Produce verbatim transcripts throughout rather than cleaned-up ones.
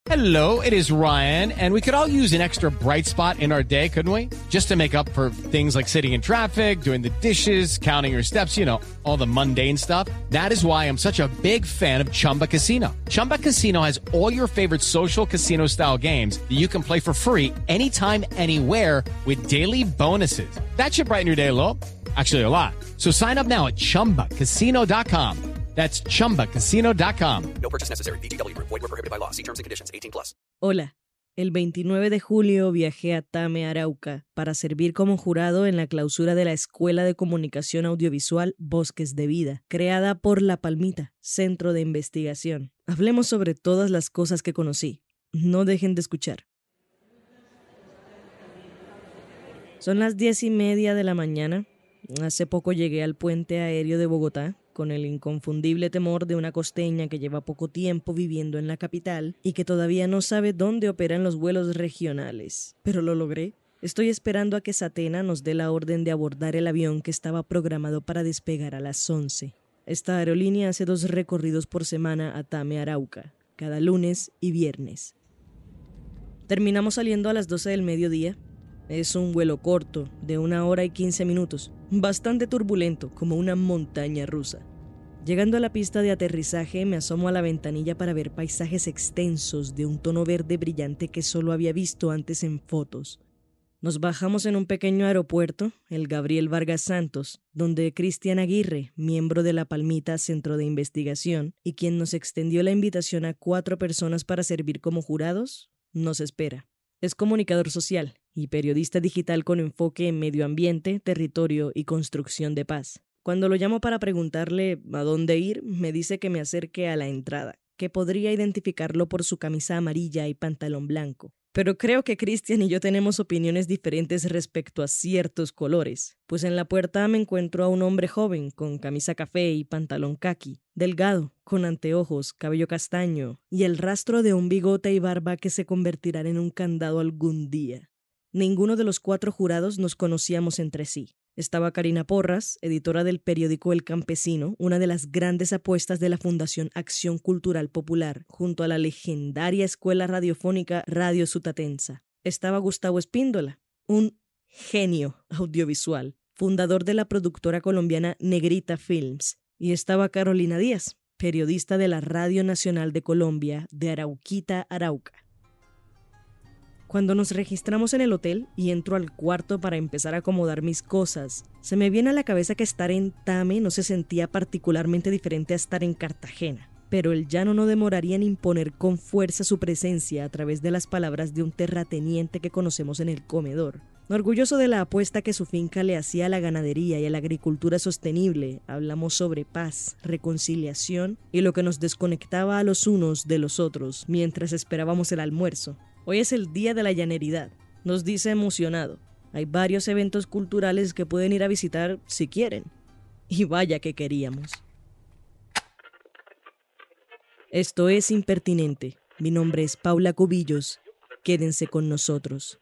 Hello, it is Ryan, and we could all use an extra bright spot in our day, couldn't we? Just to make up for things like sitting in traffic, doing the dishes, counting your steps, you know, all the mundane stuff. That is why I'm such a big fan of Chumba Casino. Chumba Casino has all your favorite social casino-style games that you can play for free anytime, anywhere with daily bonuses. That should brighten your day a little. Actually, a lot. So sign up now at chumba casino dot com. That's chumba casino dot com. No purchase necessary. V G W Group. Void where prohibited by law. See terms and conditions. eighteen plus. Hola. El veintinueve de julio viajé a Tame, Arauca, para servir como jurado en la clausura de la Escuela de Comunicación Audiovisual Bosques de Vida, creada por La Palmita, Centro de Investigación. Hablemos sobre todas las cosas que conocí. No dejen de escuchar. Son las diez y media de la mañana. Hace poco llegué al puente aéreo de Bogotá, con el inconfundible temor de una costeña que lleva poco tiempo viviendo en la capital y que todavía no sabe dónde operan los vuelos regionales. Pero lo logré. Estoy esperando a que Satena nos dé la orden de abordar el avión que estaba programado para despegar a las once. Esta aerolínea hace dos recorridos por semana a Tame, Arauca, cada lunes y viernes. Terminamos saliendo a las doce del mediodía. Es un vuelo corto, de una hora y quince minutos, bastante turbulento, como una montaña rusa. Llegando a la pista de aterrizaje, me asomo a la ventanilla para ver paisajes extensos de un tono verde brillante que solo había visto antes en fotos. Nos bajamos en un pequeño aeropuerto, el Gabriel Vargas Santos, donde Cristian Aguirre, miembro de La Palmita Centro de Investigación, y quien nos extendió la invitación a cuatro personas para servir como jurados, nos espera. Es comunicador social y periodista digital con enfoque en medio ambiente, territorio y construcción de paz. Cuando lo llamo para preguntarle a dónde ir, me dice que me acerque a la entrada, que podría identificarlo por su camisa amarilla y pantalón blanco. Pero creo que Cristian y yo tenemos opiniones diferentes respecto a ciertos colores, pues en la puerta me encuentro a un hombre joven con camisa café y pantalón caqui, delgado, con anteojos, cabello castaño y el rastro de un bigote y barba que se convertirán en un candado algún día. Ninguno de los cuatro jurados nos conocíamos entre sí. Estaba Karina Porras, editora del periódico El Campesino, una de las grandes apuestas de la Fundación Acción Cultural Popular, junto a la legendaria escuela radiofónica Radio Sutatensa. Estaba Gustavo Espíndola, un genio audiovisual, fundador de la productora colombiana Negrita Films, y estaba Carolina Díaz, periodista de la Radio Nacional de Colombia, de Arauquita, Arauca. Cuando nos registramos en el hotel y entro al cuarto para empezar a acomodar mis cosas, se me viene a la cabeza que estar en Tame no se sentía particularmente diferente a estar en Cartagena, pero el llano no demoraría en imponer con fuerza su presencia a través de las palabras de un terrateniente que conocemos en el comedor. Orgulloso de la apuesta que su finca le hacía a la ganadería y a la agricultura sostenible, hablamos sobre paz, reconciliación y lo que nos desconectaba a los unos de los otros mientras esperábamos el almuerzo. Hoy es el Día de la Llaneridad, nos dice emocionado. Hay varios eventos culturales que pueden ir a visitar si quieren. Y vaya que queríamos. Esto es Impertinente. Mi nombre es Paula Cubillos. Quédense con nosotros.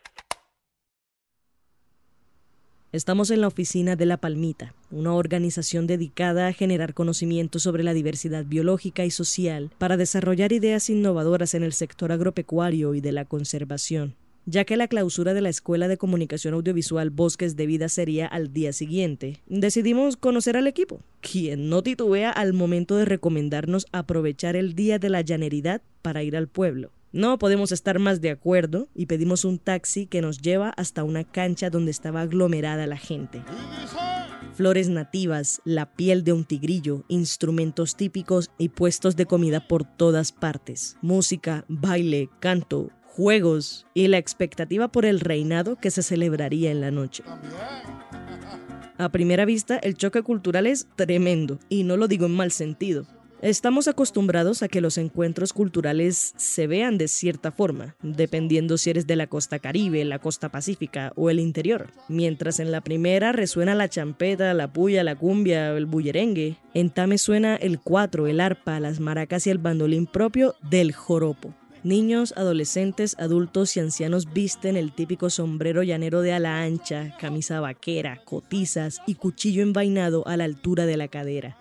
Estamos en la oficina de La Palmita, una organización dedicada a generar conocimiento sobre la diversidad biológica y social para desarrollar ideas innovadoras en el sector agropecuario y de la conservación. Ya que la clausura de la Escuela de Comunicación Audiovisual Bosques de Vida sería al día siguiente, decidimos conocer al equipo, quien no titubea al momento de recomendarnos aprovechar el Día de la Llaneridad para ir al pueblo. No podemos estar más de acuerdo y pedimos un taxi que nos lleva hasta una cancha donde estaba aglomerada la gente. Flores nativas, la piel de un tigrillo, instrumentos típicos y puestos de comida por todas partes. Música, baile, canto, juegos y la expectativa por el reinado que se celebraría en la noche. A primera vista, el choque cultural es tremendo y no lo digo en mal sentido. Estamos acostumbrados a que los encuentros culturales se vean de cierta forma, dependiendo si eres de la costa caribe, la costa pacífica o el interior. Mientras en la primera resuena la champeta, la puya, la cumbia, el bullerengue, en Tame suena el cuatro, el arpa, las maracas y el bandolín propio del joropo. Niños, adolescentes, adultos y ancianos visten el típico sombrero llanero de ala ancha, camisa vaquera, cotizas y cuchillo envainado a la altura de la cadera.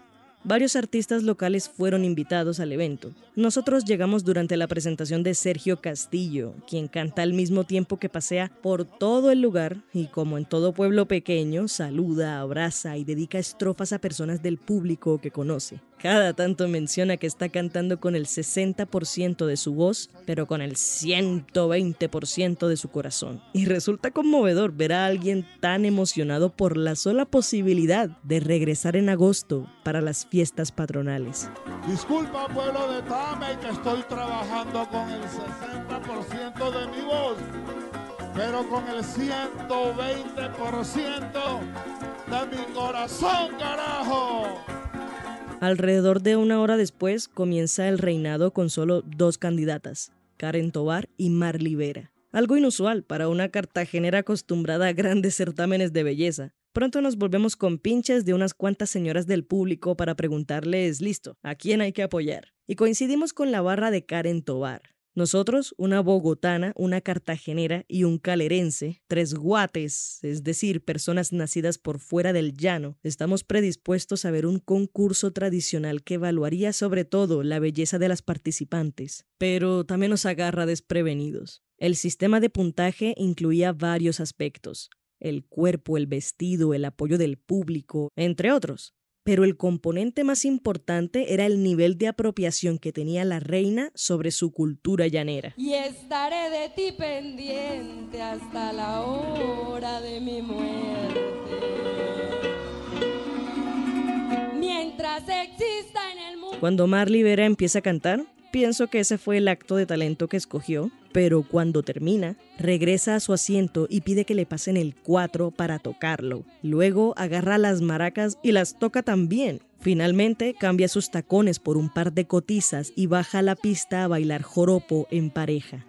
Varios artistas locales fueron invitados al evento. Nosotros llegamos durante la presentación de Sergio Castillo, quien canta al mismo tiempo que pasea por todo el lugar y, como en todo pueblo pequeño, saluda, abraza y dedica estrofas a personas del público que conoce. Cada tanto menciona que está cantando con el sesenta por ciento de su voz, pero con el ciento veinte por ciento de su corazón. Y resulta conmovedor ver a alguien tan emocionado por la sola posibilidad de regresar en agosto para las fiestas patronales. Disculpa, pueblo de Tame, que estoy trabajando con el sesenta por ciento de mi voz, pero con el ciento veinte por ciento de mi corazón, carajo. Alrededor de una hora después comienza el reinado con solo dos candidatas, Karen Tobar y Marly Vera. Algo inusual para una cartagenera acostumbrada a grandes certámenes de belleza. Pronto nos volvemos con pinches de unas cuantas señoras del público para preguntarles, listo, ¿a quién hay que apoyar? Y coincidimos con la barra de Karen Tobar. Nosotros, una bogotana, una cartagenera y un calerense, tres guates, es decir, personas nacidas por fuera del llano, estamos predispuestos a ver un concurso tradicional que evaluaría sobre todo la belleza de las participantes, pero también nos agarra desprevenidos. El sistema de puntaje incluía varios aspectos: el cuerpo, el vestido, el apoyo del público, entre otros. Pero el componente más importante era el nivel de apropiación que tenía la reina sobre su cultura llanera. Y estaré de ti pendiente hasta la hora de mi muerte. Mientras exista en el mundo... Cuando Marly Vera empieza a cantar, pienso que ese fue el acto de talento que escogió, pero cuando termina, regresa a su asiento y pide que le pasen el cuatro para tocarlo. Luego agarra las maracas y las toca también. Finalmente cambia sus tacones por un par de cotizas y baja a la pista a bailar joropo en pareja.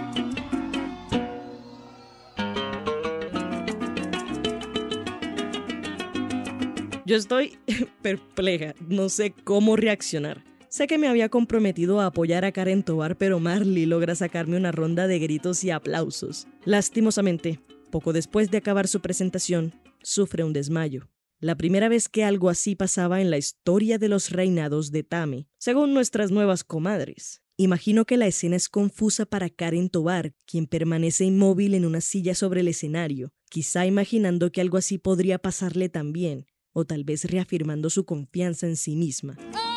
Yo estoy perpleja, no sé cómo reaccionar. Sé que me había comprometido a apoyar a Karen Tobar, pero Marly logra sacarme una ronda de gritos y aplausos. Lastimosamente, poco después de acabar su presentación, sufre un desmayo. La primera vez que algo así pasaba en la historia de los reinados de Tame, según nuestras nuevas comadres. Imagino que la escena es confusa para Karen Tobar, quien permanece inmóvil en una silla sobre el escenario, quizá imaginando que algo así podría pasarle también, o tal vez reafirmando su confianza en sí misma.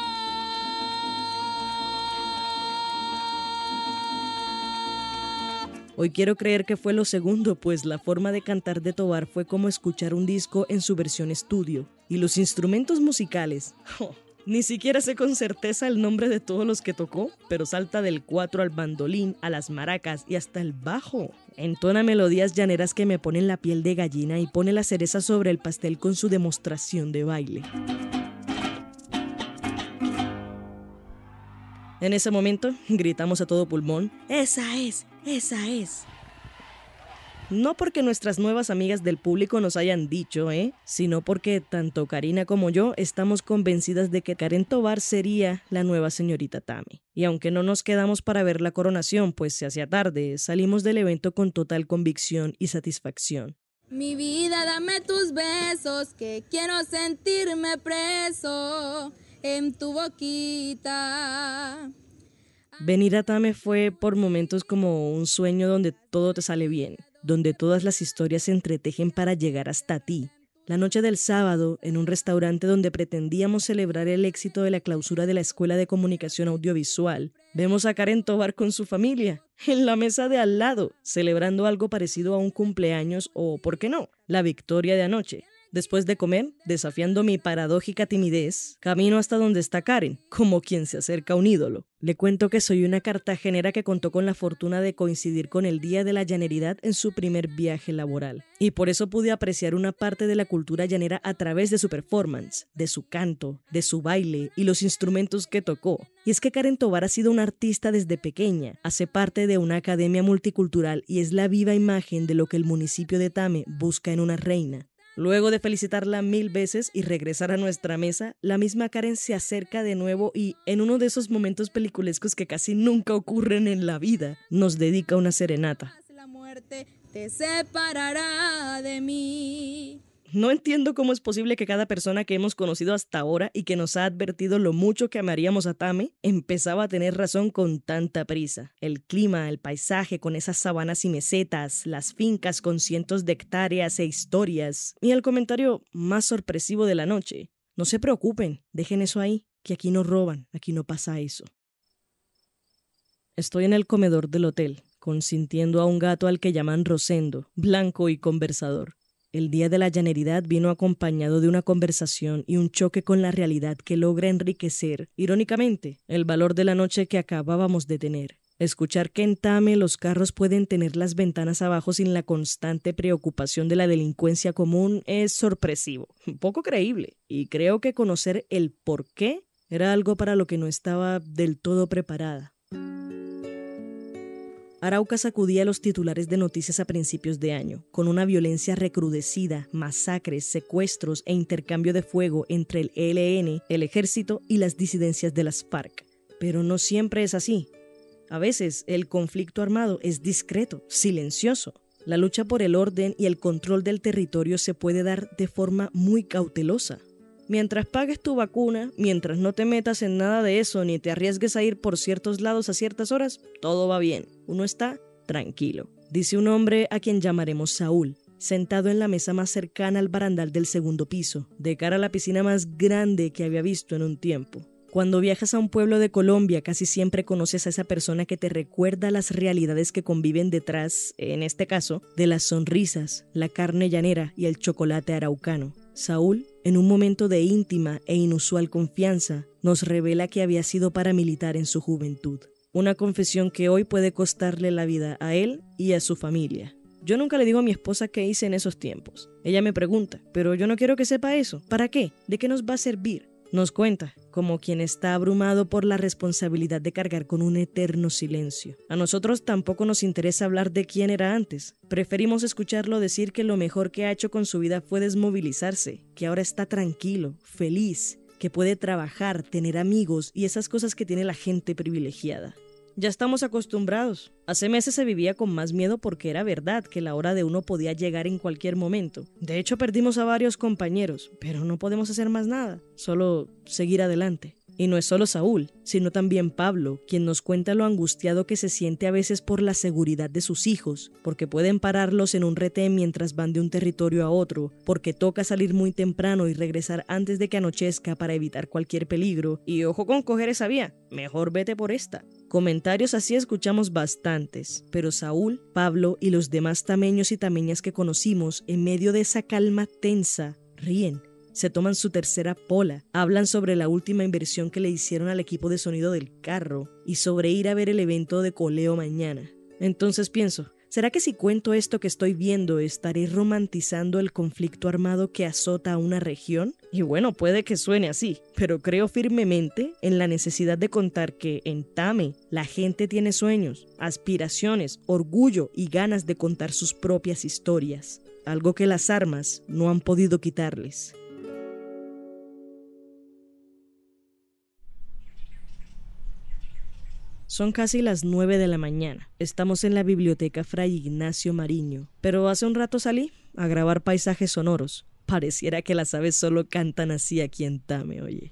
Hoy quiero creer que fue lo segundo, pues la forma de cantar de Tobar fue como escuchar un disco en su versión estudio. Y los instrumentos musicales, oh, ni siquiera sé con certeza el nombre de todos los que tocó, pero salta del cuatro al bandolín, a las maracas y hasta el bajo. Entona melodías llaneras que me ponen la piel de gallina y pone la cereza sobre el pastel con su demostración de baile. En ese momento, gritamos a todo pulmón, ¡esa es! ¡Esa es! No porque nuestras nuevas amigas del público nos hayan dicho, ¿eh? Sino porque tanto Karina como yo estamos convencidas de que Karen Tobar sería la nueva señorita Tame. Y aunque no nos quedamos para ver la coronación, pues se hacía tarde, salimos del evento con total convicción y satisfacción. Mi vida, dame tus besos, que quiero sentirme preso en tu boquita. Venir a Tame fue por momentos como un sueño donde todo te sale bien, donde todas las historias se entretejen para llegar hasta ti. La noche del sábado, en un restaurante donde pretendíamos celebrar el éxito de la clausura de la Escuela de Comunicación Audiovisual, vemos a Karen Tobar con su familia, en la mesa de al lado, celebrando algo parecido a un cumpleaños o, ¿por qué no?, la victoria de anoche. Después de comer, desafiando mi paradójica timidez, camino hasta donde está Karen, como quien se acerca a un ídolo. Le cuento que soy una cartagenera que contó con la fortuna de coincidir con el Día de la Llaneridad en su primer viaje laboral. Y por eso pude apreciar una parte de la cultura llanera a través de su performance, de su canto, de su baile y los instrumentos que tocó. Y es que Karen Tobar ha sido una artista desde pequeña, hace parte de una academia multicultural y es la viva imagen de lo que el municipio de Tame busca en una reina. Luego de felicitarla mil veces y regresar a nuestra mesa, la misma Karen se acerca de nuevo y, en uno de esos momentos peliculescos que casi nunca ocurren en la vida, nos dedica una serenata. La muerte te separará de mí. No entiendo cómo es posible que cada persona que hemos conocido hasta ahora y que nos ha advertido lo mucho que amaríamos a Tame, empezaba a tener razón con tanta prisa. El clima, el paisaje con esas sabanas y mesetas, las fincas con cientos de hectáreas e historias, y el comentario más sorpresivo de la noche. No se preocupen, dejen eso ahí, que aquí no roban, aquí no pasa eso. Estoy en el comedor del hotel, consintiendo a un gato al que llaman Rosendo, blanco y conversador. El día de la llaneridad vino acompañado de una conversación y un choque con la realidad que logra enriquecer, irónicamente, el valor de la noche que acabábamos de tener. Escuchar que en Tame los carros pueden tener las ventanas abajo sin la constante preocupación de la delincuencia común es sorpresivo, poco creíble, y creo que conocer el por qué era algo para lo que no estaba del todo preparada. Arauca sacudía los titulares de noticias a principios de año, con una violencia recrudecida, masacres, secuestros e intercambio de fuego entre el E L N, el ejército y las disidencias de las FARC. Pero no siempre es así. A veces el conflicto armado es discreto, silencioso. La lucha por el orden y el control del territorio se puede dar de forma muy cautelosa. Mientras pagues tu vacuna, mientras no te metas en nada de eso ni te arriesgues a ir por ciertos lados a ciertas horas, todo va bien. Uno está tranquilo. Dice un hombre a quien llamaremos Saúl, sentado en la mesa más cercana al barandal del segundo piso, de cara a la piscina más grande que había visto en un tiempo. Cuando viajas a un pueblo de Colombia, casi siempre conoces a esa persona que te recuerda las realidades que conviven detrás, en este caso, de las sonrisas, la carne llanera y el chocolate araucano. Saúl, en un momento de íntima e inusual confianza, nos revela que había sido paramilitar en su juventud. Una confesión que hoy puede costarle la vida a él y a su familia. Yo nunca le digo a mi esposa qué hice en esos tiempos. Ella me pregunta, pero yo no quiero que sepa eso. ¿Para qué? ¿De qué nos va a servir? Nos cuenta, como quien está abrumado por la responsabilidad de cargar con un eterno silencio. A nosotros tampoco nos interesa hablar de quién era antes. Preferimos escucharlo decir que lo mejor que ha hecho con su vida fue desmovilizarse, que ahora está tranquilo, feliz, que puede trabajar, tener amigos y esas cosas que tiene la gente privilegiada. Ya estamos acostumbrados. Hace meses se vivía con más miedo porque era verdad que la hora de uno podía llegar en cualquier momento. De hecho, perdimos a varios compañeros, pero no podemos hacer más nada, solo seguir adelante. Y no es solo Saúl, sino también Pablo, quien nos cuenta lo angustiado que se siente a veces por la seguridad de sus hijos, porque pueden pararlos en un retén mientras van de un territorio a otro, porque toca salir muy temprano y regresar antes de que anochezca para evitar cualquier peligro. Y ojo con coger esa vía, mejor vete por esta. Comentarios así escuchamos bastantes, pero Saúl, Pablo y los demás tameños y tameñas que conocimos, en medio de esa calma tensa, ríen. Se toman su tercera pola, hablan sobre la última inversión que le hicieron al equipo de sonido del carro y sobre ir a ver el evento de coleo mañana. Entonces pienso, ¿será que si cuento esto que estoy viendo estaré romantizando el conflicto armado que azota a una región? Y bueno, puede que suene así, pero creo firmemente en la necesidad de contar que en Tame la gente tiene sueños, aspiraciones, orgullo y ganas de contar sus propias historias, algo que las armas no han podido quitarles. Son casi las nueve de la mañana. Estamos en la biblioteca Fray Ignacio Mariño, pero hace un rato salí a grabar paisajes sonoros. Pareciera que las aves solo cantan así aquí en Tame, oye.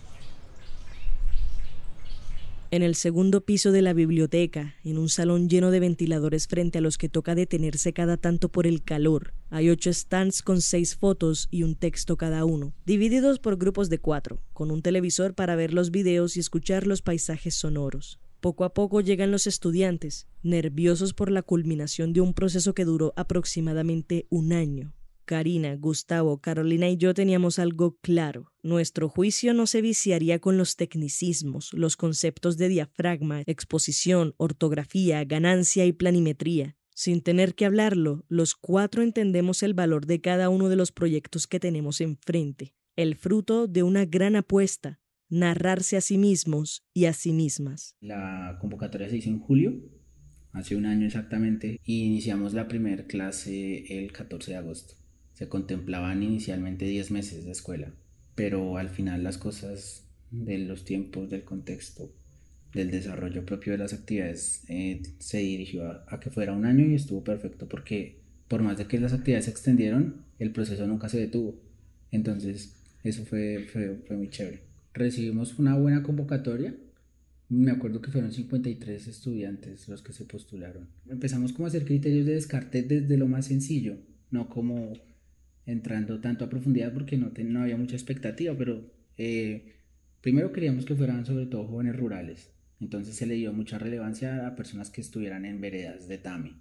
En el segundo piso de la biblioteca, en un salón lleno de ventiladores frente a los que toca detenerse cada tanto por el calor, hay ocho stands con seis fotos y un texto cada uno, divididos por grupos de cuatro, con un televisor para ver los videos y escuchar los paisajes sonoros. Poco a poco llegan los estudiantes, nerviosos por la culminación de un proceso que duró aproximadamente un año. Karina, Gustavo, Carolina y yo teníamos algo claro. Nuestro juicio no se viciaría con los tecnicismos, los conceptos de diafragma, exposición, ortografía, ganancia y planimetría. Sin tener que hablarlo, los cuatro entendemos el valor de cada uno de los proyectos que tenemos enfrente, el fruto de una gran apuesta, narrarse a sí mismos y a sí mismas. La convocatoria se hizo en julio, hace un año exactamente, y iniciamos la primera clase el catorce de agosto. Se contemplaban inicialmente diez meses de escuela, pero al final las cosas de los tiempos, del contexto, del desarrollo propio de las actividades, eh, se dirigió a, a que fuera un año y estuvo perfecto porque por más de que las actividades se extendieron, el proceso nunca se detuvo. Entonces, eso fue, fue, fue muy chévere. Recibimos una buena convocatoria. Me acuerdo que fueron cincuenta y tres estudiantes los que se postularon. Empezamos como a hacer criterios de descarte desde lo más sencillo, no como entrando tanto a profundidad porque no, ten, no había mucha expectativa, pero eh, primero queríamos que fueran sobre todo jóvenes rurales. Entonces se le dio mucha relevancia a personas que estuvieran en veredas de Tame.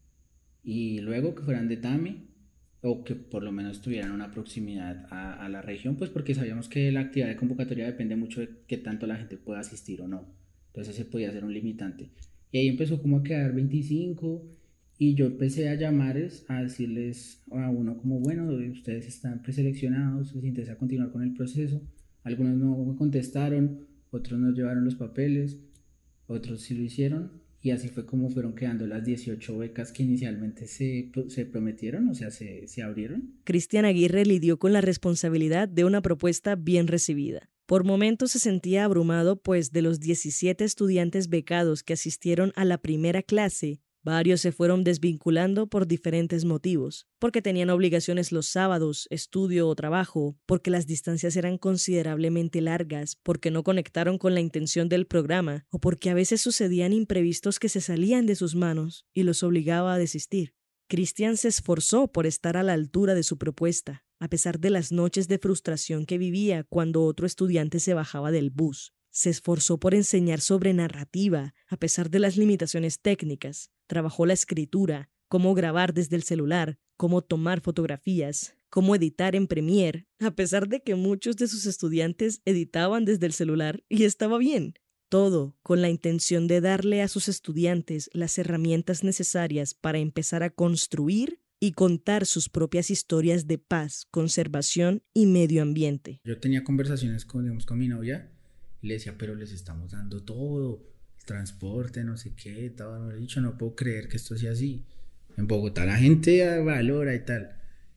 Y luego que fueran de Tame, o que por lo menos tuvieran una proximidad a, a la región, pues porque sabíamos que la actividad de convocatoria depende mucho de qué tanto la gente pueda asistir o no. Entonces ese podía ser un limitante. Y ahí empezó como a quedar veinticinco, y yo empecé a llamarles, a decirles a uno como, bueno, ustedes están preseleccionados, les interesa continuar con el proceso. Algunos no me contestaron, otros no llevaron los papeles, otros sí lo hicieron. Y así fue como fueron quedando las dieciocho becas que inicialmente se, se prometieron, o sea, se, se abrieron. Cristian Aguirre lidió con la responsabilidad de una propuesta bien recibida. Por momentos se sentía abrumado, pues de los diecisiete estudiantes becados que asistieron a la primera clase, varios se fueron desvinculando por diferentes motivos, porque tenían obligaciones los sábados, estudio o trabajo, porque las distancias eran considerablemente largas, porque no conectaron con la intención del programa, o porque a veces sucedían imprevistos que se salían de sus manos y los obligaba a desistir. Cristian se esforzó por estar a la altura de su propuesta, a pesar de las noches de frustración que vivía cuando otro estudiante se bajaba del bus. Se esforzó por enseñar sobre narrativa, a pesar de las limitaciones técnicas. Trabajó la escritura, cómo grabar desde el celular, cómo tomar fotografías, cómo editar en Premiere, a pesar de que muchos de sus estudiantes editaban desde el celular y estaba bien. Todo con la intención de darle a sus estudiantes las herramientas necesarias para empezar a construir y contar sus propias historias de paz, conservación y medio ambiente. Yo tenía conversaciones con, digamos, con mi novia y le decía, pero les estamos dando todo, el transporte, no sé qué, todo, no he dicho, no puedo creer que esto sea así. En Bogotá la gente valora y tal.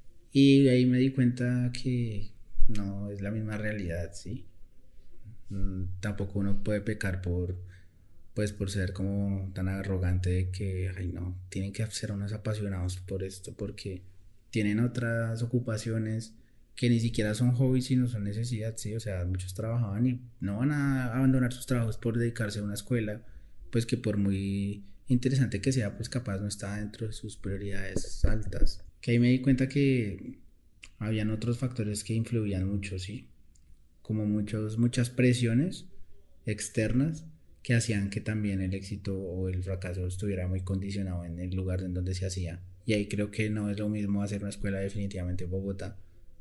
Y ahí me di cuenta que no es la misma realidad, ¿sí? Mm, tampoco uno puede pecar por, pues, por ser como tan arrogante de que, ay no, tienen que ser unos apasionados por esto porque tienen otras ocupaciones que ni siquiera son hobbies sino son necesidad, sí, o sea, muchos trabajaban y no van a abandonar sus trabajos por dedicarse a una escuela, pues que por muy interesante que sea, pues capaz no está dentro de sus prioridades altas. Que ahí me di cuenta que habían otros factores que influían mucho, sí, como muchos, muchas presiones externas que hacían que también el éxito o el fracaso estuviera muy condicionado en el lugar en donde se hacía. Y ahí creo que no es lo mismo hacer una escuela definitivamente en Bogotá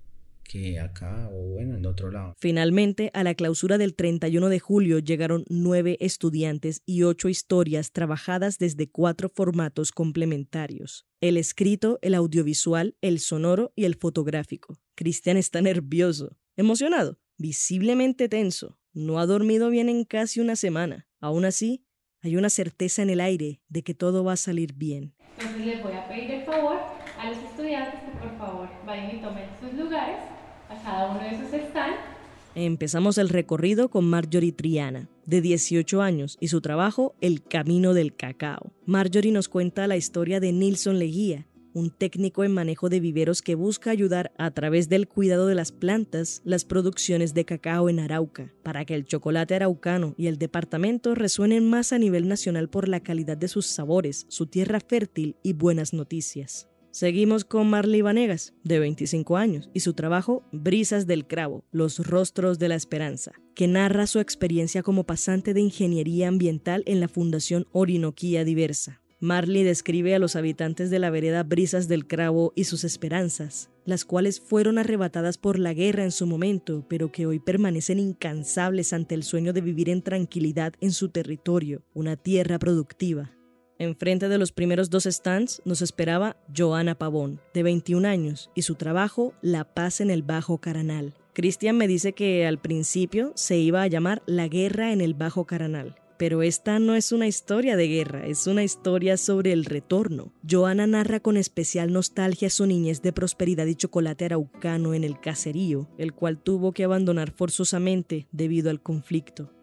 que acá o bueno, en otro lado. Finalmente, a la clausura del treinta y uno de julio llegaron nueve estudiantes y ocho historias trabajadas desde cuatro formatos complementarios: el escrito, el audiovisual, el sonoro y el fotográfico. Cristian está nervioso, emocionado, visiblemente tenso. No ha dormido bien en casi una semana. Aún así, hay una certeza en el aire de que todo va a salir bien. Entonces les voy a pedir el favor a los estudiantes que por favor vayan y tomen sus lugares a cada uno de sus stands. Empezamos el recorrido con Marjorie Triana, de dieciocho años, y su trabajo, El Camino del Cacao. Marjorie nos cuenta la historia de Nilson Leguía, un técnico en manejo de viveros que busca ayudar a través del cuidado de las plantas las producciones de cacao en Arauca, para que el chocolate araucano y el departamento resuenen más a nivel nacional por la calidad de sus sabores, su tierra fértil y buenas noticias. Seguimos con Marley Vanegas, de veinticinco años, y su trabajo Brisas del Cravo, los rostros de la esperanza, que narra su experiencia como pasante de ingeniería ambiental en la Fundación Orinoquía Diversa. Marley describe a los habitantes de la vereda Brisas del Cravo y sus esperanzas, las cuales fueron arrebatadas por la guerra en su momento, pero que hoy permanecen incansables ante el sueño de vivir en tranquilidad en su territorio, una tierra productiva. Enfrente de los primeros dos stands nos esperaba Joana Pavón, de veintiún años, y su trabajo La Paz en el Bajo Caranal. Cristian me dice que al principio se iba a llamar La Guerra en el Bajo Caranal. Pero esta no es una historia de guerra, es una historia sobre el retorno. Joana narra con especial nostalgia su niñez de prosperidad y chocolate araucano en el caserío, el cual tuvo que abandonar forzosamente debido al conflicto.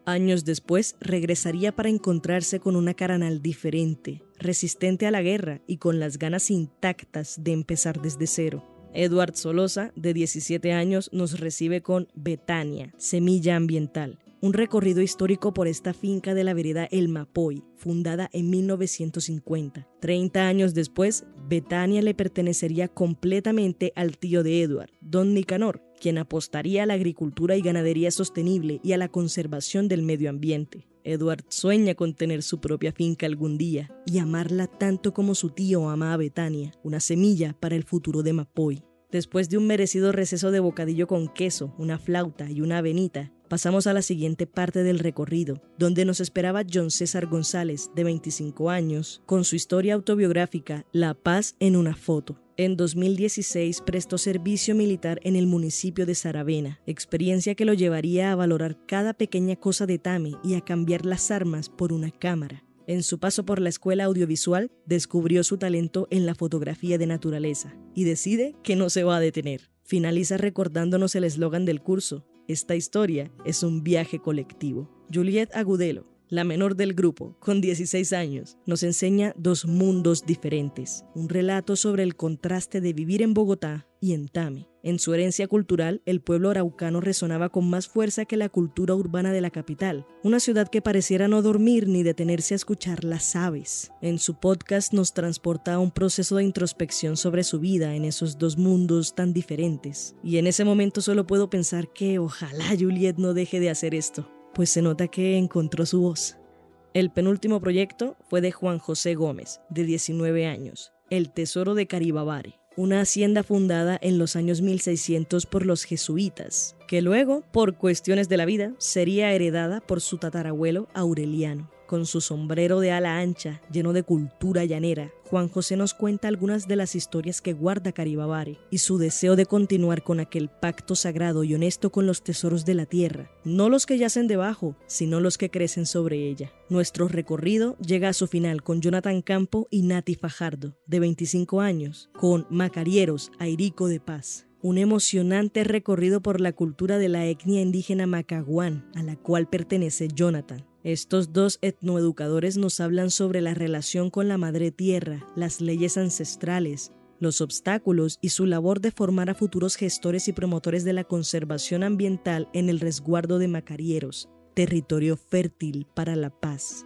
Años después, regresaría para encontrarse con una Caranal diferente, resistente a la guerra y con las ganas intactas de empezar desde cero. Edward Solosa, de diecisiete años, nos recibe con Betania, Semilla Ambiental, un recorrido histórico por esta finca de la vereda El Mapoy, fundada en mil novecientos cincuenta. Treinta años después, Betania le pertenecería completamente al tío de Edward, don Nicanor, quien apostaría a la agricultura y ganadería sostenible y a la conservación del medio ambiente. Edward sueña con tener su propia finca algún día y amarla tanto como su tío ama a Betania, una semilla para el futuro de Mapoy. Después de un merecido receso de bocadillo con queso, una flauta y una avenita, pasamos a la siguiente parte del recorrido, donde nos esperaba John César González, de veinticinco años, con su historia autobiográfica La Paz en una foto. En dos mil dieciséis prestó servicio militar en el municipio de Saravena, experiencia que lo llevaría a valorar cada pequeña cosa de Tame y a cambiar las armas por una cámara. En su paso por la escuela audiovisual, descubrió su talento en la fotografía de naturaleza y decide que no se va a detener. Finaliza recordándonos el eslogan del curso: esta historia es un viaje colectivo. Juliet Agudelo, la menor del grupo, con dieciséis años, nos enseña dos mundos diferentes, un relato sobre el contraste de vivir en Bogotá y en Tame. En su herencia cultural, el pueblo araucano resonaba con más fuerza que la cultura urbana de la capital, una ciudad que pareciera no dormir ni detenerse a escuchar las aves. En su podcast nos transporta a un proceso de introspección sobre su vida en esos dos mundos tan diferentes. Y en ese momento solo puedo pensar que ojalá Juliet no deje de hacer esto, pues se nota que encontró su voz. El penúltimo proyecto fue de Juan José Gómez, de diecinueve años, El Tesoro de Caribabare, una hacienda fundada en los años mil seiscientos por los jesuitas, que luego, por cuestiones de la vida, sería heredada por su tatarabuelo Aureliano. Con su sombrero de ala ancha, lleno de cultura llanera, Juan José nos cuenta algunas de las historias que guarda Caribabare y su deseo de continuar con aquel pacto sagrado y honesto con los tesoros de la tierra, no los que yacen debajo, sino los que crecen sobre ella. Nuestro recorrido llega a su final con Jonathan Campo y Nati Fajardo, de veinticinco años, con Macarieros, Airico de Paz. Un emocionante recorrido por la cultura de la etnia indígena Macaguán, a la cual pertenece Jonathan. Estos dos etnoeducadores nos hablan sobre la relación con la madre tierra, las leyes ancestrales, los obstáculos y su labor de formar a futuros gestores y promotores de la conservación ambiental en el resguardo de Macarieros, territorio fértil para la paz.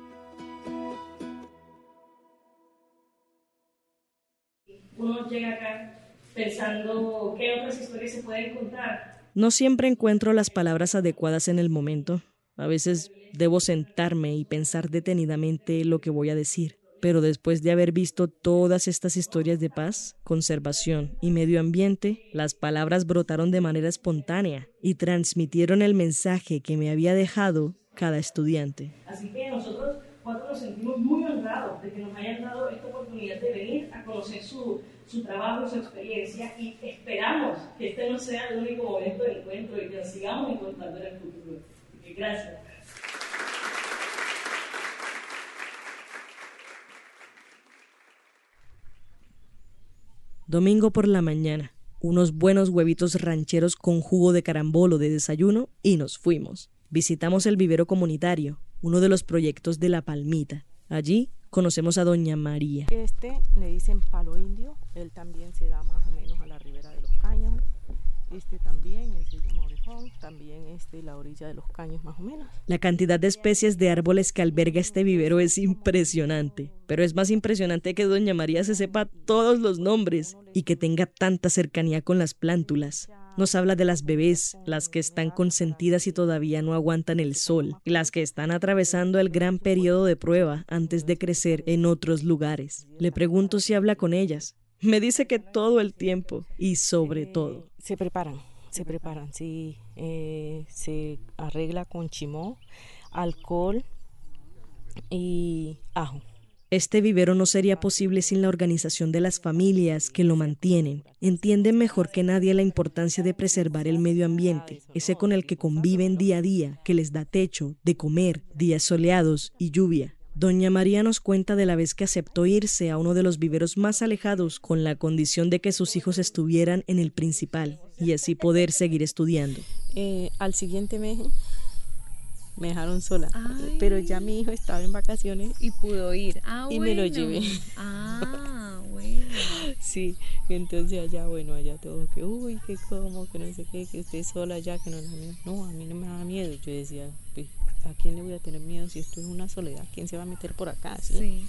Uno llega acá pensando qué otras historias se pueden contar. No siempre encuentro las palabras adecuadas en el momento. A veces debo sentarme y pensar detenidamente lo que voy a decir. Pero después de haber visto todas estas historias de paz, conservación y medio ambiente, las palabras brotaron de manera espontánea y transmitieron el mensaje que me había dejado cada estudiante. Así que nosotros cuatro nos sentimos muy honrados de que nos hayan dado esta oportunidad de venir a conocer su, su trabajo y su experiencia, y esperamos que este no sea el único momento de encuentro y que nos sigamos encontrando en el futuro. Así que gracias. Domingo por la mañana, unos buenos huevitos rancheros con jugo de carambolo de desayuno y nos fuimos. Visitamos el vivero comunitario, uno de los proyectos de La Palmita. Allí conocemos a Doña María. Este le dicen palo indio, él también se da más o menos a la ribera de los caños. Este también, él se llama orejón, también es de la orilla de los caños más o menos. La cantidad de especies de árboles que alberga este vivero es impresionante, pero es más impresionante que Doña María se sepa todos los nombres y que tenga tanta cercanía con las plántulas. Nos habla de las bebés, las que están consentidas y todavía no aguantan el sol, las que están atravesando el gran periodo de prueba antes de crecer en otros lugares. Le pregunto si habla con ellas. Me dice que todo el tiempo y sobre todo. Se preparan, se preparan, sí, eh, se arregla con chimó, alcohol y ajo. Este vivero no sería posible sin la organización de las familias que lo mantienen. Entienden mejor que nadie la importancia de preservar el medio ambiente, ese con el que conviven día a día, que les da techo, de comer, días soleados y lluvia. Doña María nos cuenta de la vez que aceptó irse a uno de los viveros más alejados con la condición de que sus hijos estuvieran en el principal y así poder seguir estudiando. Eh, al siguiente mes me dejaron sola. Ay. Pero ya mi hijo estaba en vacaciones Y pudo ir. Ah, y bueno. me lo llevé. Ah, bueno. Sí, entonces allá, bueno, allá todo que, uy, que cómo, que no sé qué, que esté sola allá, que no le da miedo. No, a mí no me da miedo. Yo decía, pues, ¿a quién le voy a tener miedo si esto es una soledad? ¿Quién se va a meter por acá? ¿Sí? Sí.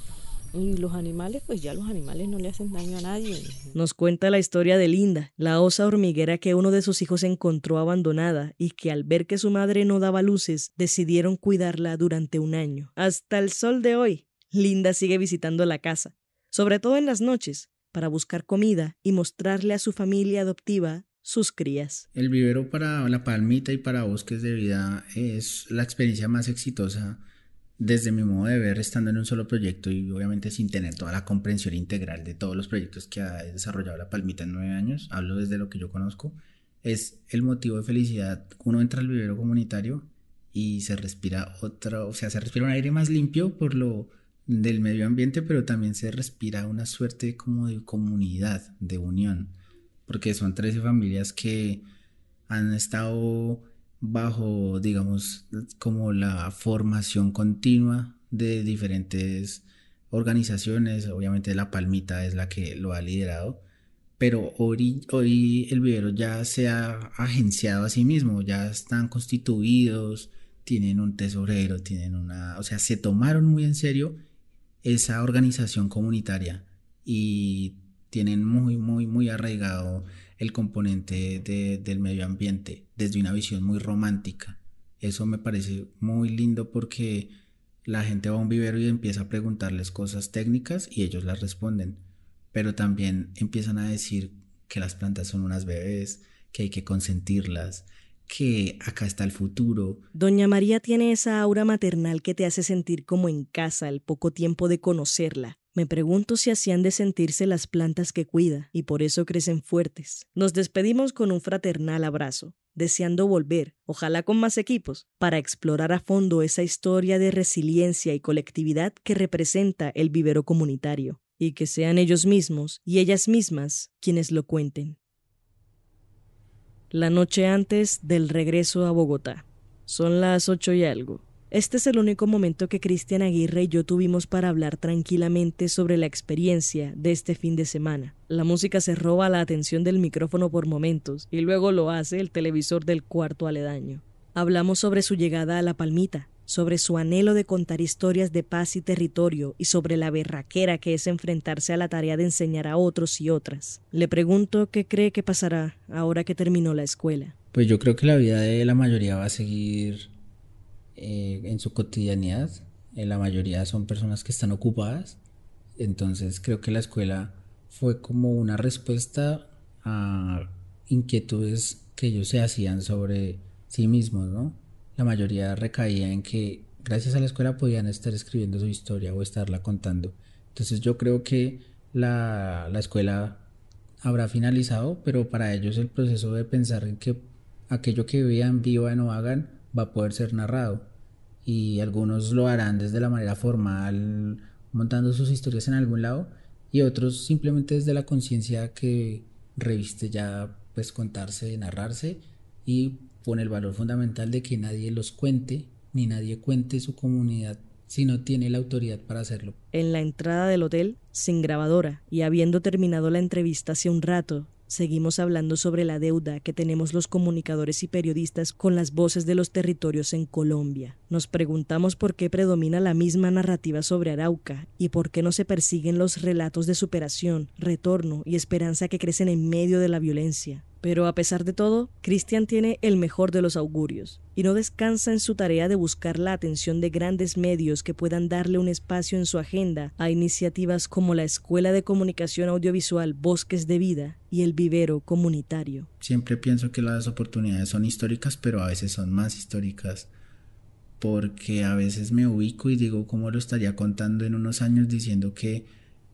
Y los animales, pues ya los animales no le hacen daño a nadie. Nos cuenta la historia de Linda, la osa hormiguera que uno de sus hijos encontró abandonada y que al ver que su madre no daba luces, decidieron cuidarla durante un año. Hasta el sol de hoy, Linda sigue visitando la casa, sobre todo en las noches, para buscar comida y mostrarle a su familia adoptiva sus crías. El vivero para La Palmita y para Bosques de Vida es la experiencia más exitosa desde mi modo de ver, estando en un solo proyecto y obviamente sin tener toda la comprensión integral de todos los proyectos que ha desarrollado La Palmita en nueve años, hablo desde lo que yo conozco, es el motivo de felicidad. Uno entra al vivero comunitario y se respira otro, o sea, se respira un aire más limpio por lo del medio ambiente, pero también se respira una suerte como de comunidad, de unión, porque son trece familias que han estado bajo, digamos, como la formación continua de diferentes organizaciones. Obviamente La Palmita es la que lo ha liderado, pero hoy, hoy el vivero ya se ha agenciado a sí mismo, ya están constituidos, tienen un tesorero, tienen una, o sea, se tomaron muy en serio esa organización comunitaria y tienen muy, muy, muy arraigado el componente de, del medio ambiente desde una visión muy romántica. Eso me parece muy lindo porque la gente va a un vivero y empieza a preguntarles cosas técnicas y ellos las responden, pero también empiezan a decir que las plantas son unas bebés, que hay que consentirlas, que acá está el futuro. Doña María tiene esa aura maternal que te hace sentir como en casa al poco tiempo de conocerla. Me pregunto si así han de sentirse las plantas que cuida y por eso crecen fuertes. Nos despedimos con un fraternal abrazo, deseando volver, ojalá con más equipos, para explorar a fondo esa historia de resiliencia y colectividad que representa el vivero comunitario, y que sean ellos mismos y ellas mismas quienes lo cuenten. La noche antes del regreso a Bogotá. Son las ocho y algo. Este es el único momento que Cristian Aguirre y yo tuvimos para hablar tranquilamente sobre la experiencia de este fin de semana. La música se roba la atención del micrófono por momentos y luego lo hace el televisor del cuarto aledaño. Hablamos sobre su llegada a La Palmita, sobre su anhelo de contar historias de paz y territorio y sobre la berraquera que es enfrentarse a la tarea de enseñar a otros y otras. Le pregunto qué cree que pasará ahora que terminó la escuela. Pues yo creo que la vida de la mayoría va a seguir eh, en su cotidianidad. Eh, la mayoría son personas que están ocupadas. Entonces creo que la escuela fue como una respuesta a inquietudes que ellos se hacían sobre sí mismos, ¿no? La mayoría recaía en que gracias a la escuela podían estar escribiendo su historia o estarla contando. Entonces yo creo que la, la escuela habrá finalizado, pero para ellos el proceso de pensar en que aquello que vean, vivan o hagan va a poder ser narrado. Y algunos lo harán desde la manera formal, montando sus historias en algún lado, y otros simplemente desde la conciencia que reviste ya pues contarse, narrarse, y pone el valor fundamental de que nadie los cuente, ni nadie cuente su comunidad si no tiene la autoridad para hacerlo. En la entrada del hotel, sin grabadora, y habiendo terminado la entrevista hace un rato, seguimos hablando sobre la deuda que tenemos los comunicadores y periodistas con las voces de los territorios en Colombia. Nos preguntamos por qué predomina la misma narrativa sobre Arauca y por qué no se persiguen los relatos de superación, retorno y esperanza que crecen en medio de la violencia. Pero a pesar de todo, Cristian tiene el mejor de los augurios y no descansa en su tarea de buscar la atención de grandes medios que puedan darle un espacio en su agenda a iniciativas como la Escuela de Comunicación Audiovisual Bosques de Vida y el Vivero Comunitario. Siempre pienso que las oportunidades son históricas, pero a veces son más históricas, porque a veces me ubico y digo cómo lo estaría contando en unos años diciendo que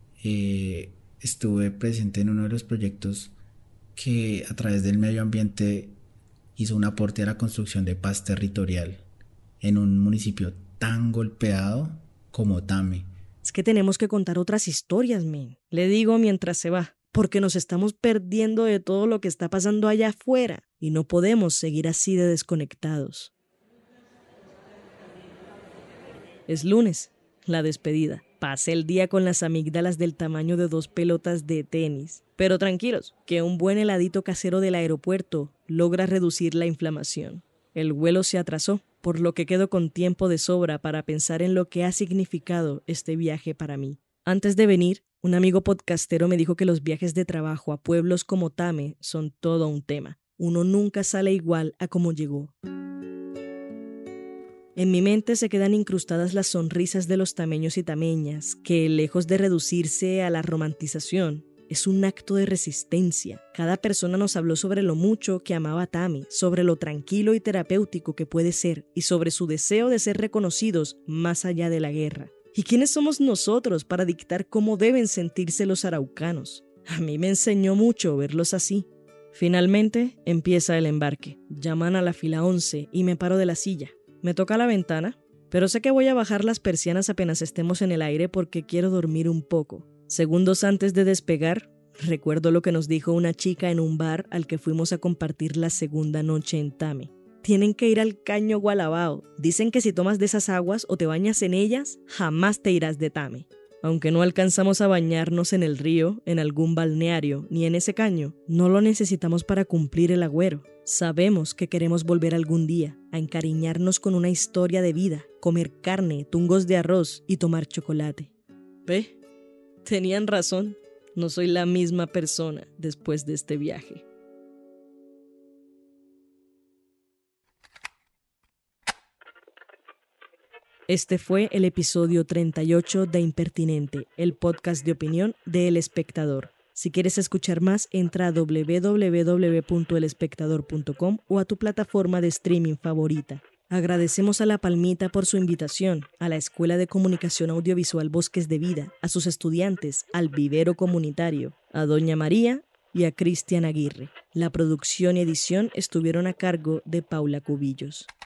eh, estuve presente en uno de los proyectos que a través del medio ambiente hizo un aporte a la construcción de paz territorial en un municipio tan golpeado como Tame. Es que tenemos que contar otras historias, men. Le digo mientras se va, porque nos estamos perdiendo de todo lo que está pasando allá afuera y no podemos seguir así de desconectados. Es lunes, la despedida. Pasé el día con las amígdalas del tamaño de dos pelotas de tenis. Pero tranquilos, que un buen heladito casero del aeropuerto logra reducir la inflamación. El vuelo se atrasó, por lo que quedo con tiempo de sobra para pensar en lo que ha significado este viaje para mí. Antes de venir, un amigo podcastero me dijo que los viajes de trabajo a pueblos como Tame son todo un tema. Uno nunca sale igual a como llegó. En mi mente se quedan incrustadas las sonrisas de los tameños y tameñas, que lejos de reducirse a la romantización, es un acto de resistencia. Cada persona nos habló sobre lo mucho que amaba a Tame, sobre lo tranquilo y terapéutico que puede ser, y sobre su deseo de ser reconocidos más allá de la guerra. ¿Y quiénes somos nosotros para dictar cómo deben sentirse los araucanos? A mí me enseñó mucho verlos así. Finalmente, empieza el embarque. Llaman a la fila once y me paro de la silla. Me toca la ventana, pero sé que voy a bajar las persianas apenas estemos en el aire porque quiero dormir un poco. Segundos antes de despegar, recuerdo lo que nos dijo una chica en un bar al que fuimos a compartir la segunda noche en Tame. Tienen que ir al Caño Gualabao. Dicen que si tomas de esas aguas o te bañas en ellas, jamás te irás de Tame. Aunque no alcanzamos a bañarnos en el río, en algún balneario, ni en ese caño, no lo necesitamos para cumplir el agüero. Sabemos que queremos volver algún día a encariñarnos con una historia de vida, comer carne, tungos de arroz y tomar chocolate. ¿Ve? Tenían razón. No soy la misma persona después de este viaje. Este fue el episodio treinta y ocho de Impertinente, el podcast de opinión de El Espectador. Si quieres escuchar más, entra a doble u doble u doble u punto el espectador punto com o a tu plataforma de streaming favorita. Agradecemos a La Palmita por su invitación, a la Escuela de Comunicación Audiovisual Bosques de Vida, a sus estudiantes, al Vivero Comunitario, a Doña María y a Cristian Aguirre. La producción y edición estuvieron a cargo de Paula Cubillos.